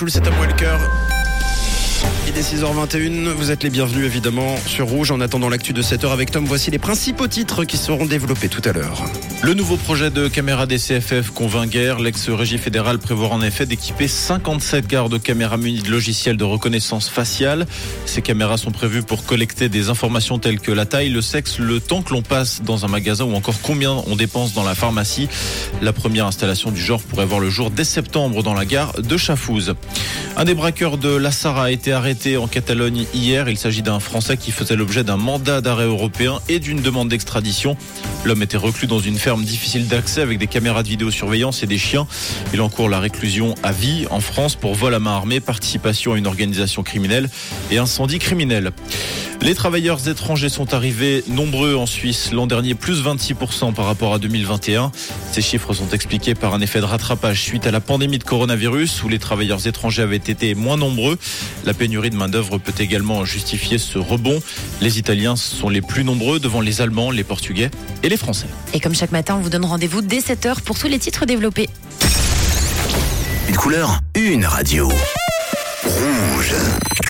Schulz, c'est à moi le cœur. Il est 6h21, vous êtes les bienvenus évidemment sur Rouge. En attendant l'actu de 7h avec Tom, voici les principaux titres qui seront développés tout à l'heure. Le nouveau projet de caméra des CFF convainc guère. L'ex-régie fédérale prévoit en effet d'équiper 57 gares de caméras munies de logiciels de reconnaissance faciale. Ces caméras sont prévues pour collecter des informations telles que la taille, le sexe, le temps que l'on passe dans un magasin ou encore combien on dépense dans la pharmacie. La première installation du genre pourrait voir le jour dès septembre dans la gare de Chafouz. Un des braqueurs de la Sarre a été arrêté en Catalogne hier. Il s'agit d'un Français qui faisait l'objet d'un mandat d'arrêt européen et d'une demande d'extradition. L'homme était reclus dans une ferme difficile d'accès avec des caméras de vidéosurveillance et des chiens. Il encourt la réclusion à vie en France pour vol à main armée, participation à une organisation criminelle et incendie criminel. Les travailleurs étrangers sont arrivés nombreux en Suisse l'an dernier, plus 26% par rapport à 2021. Ces chiffres sont expliqués par un effet de rattrapage suite à la pandémie de coronavirus où les travailleurs étrangers avaient été moins nombreux. La pénurie de main-d'œuvre peut également justifier ce rebond. Les Italiens sont les plus nombreux devant les Allemands, les Portugais et les Français. Et comme chaque matin, on vous donne rendez-vous dès 7h pour tous les titres développés. Une couleur, une radio. Rouge.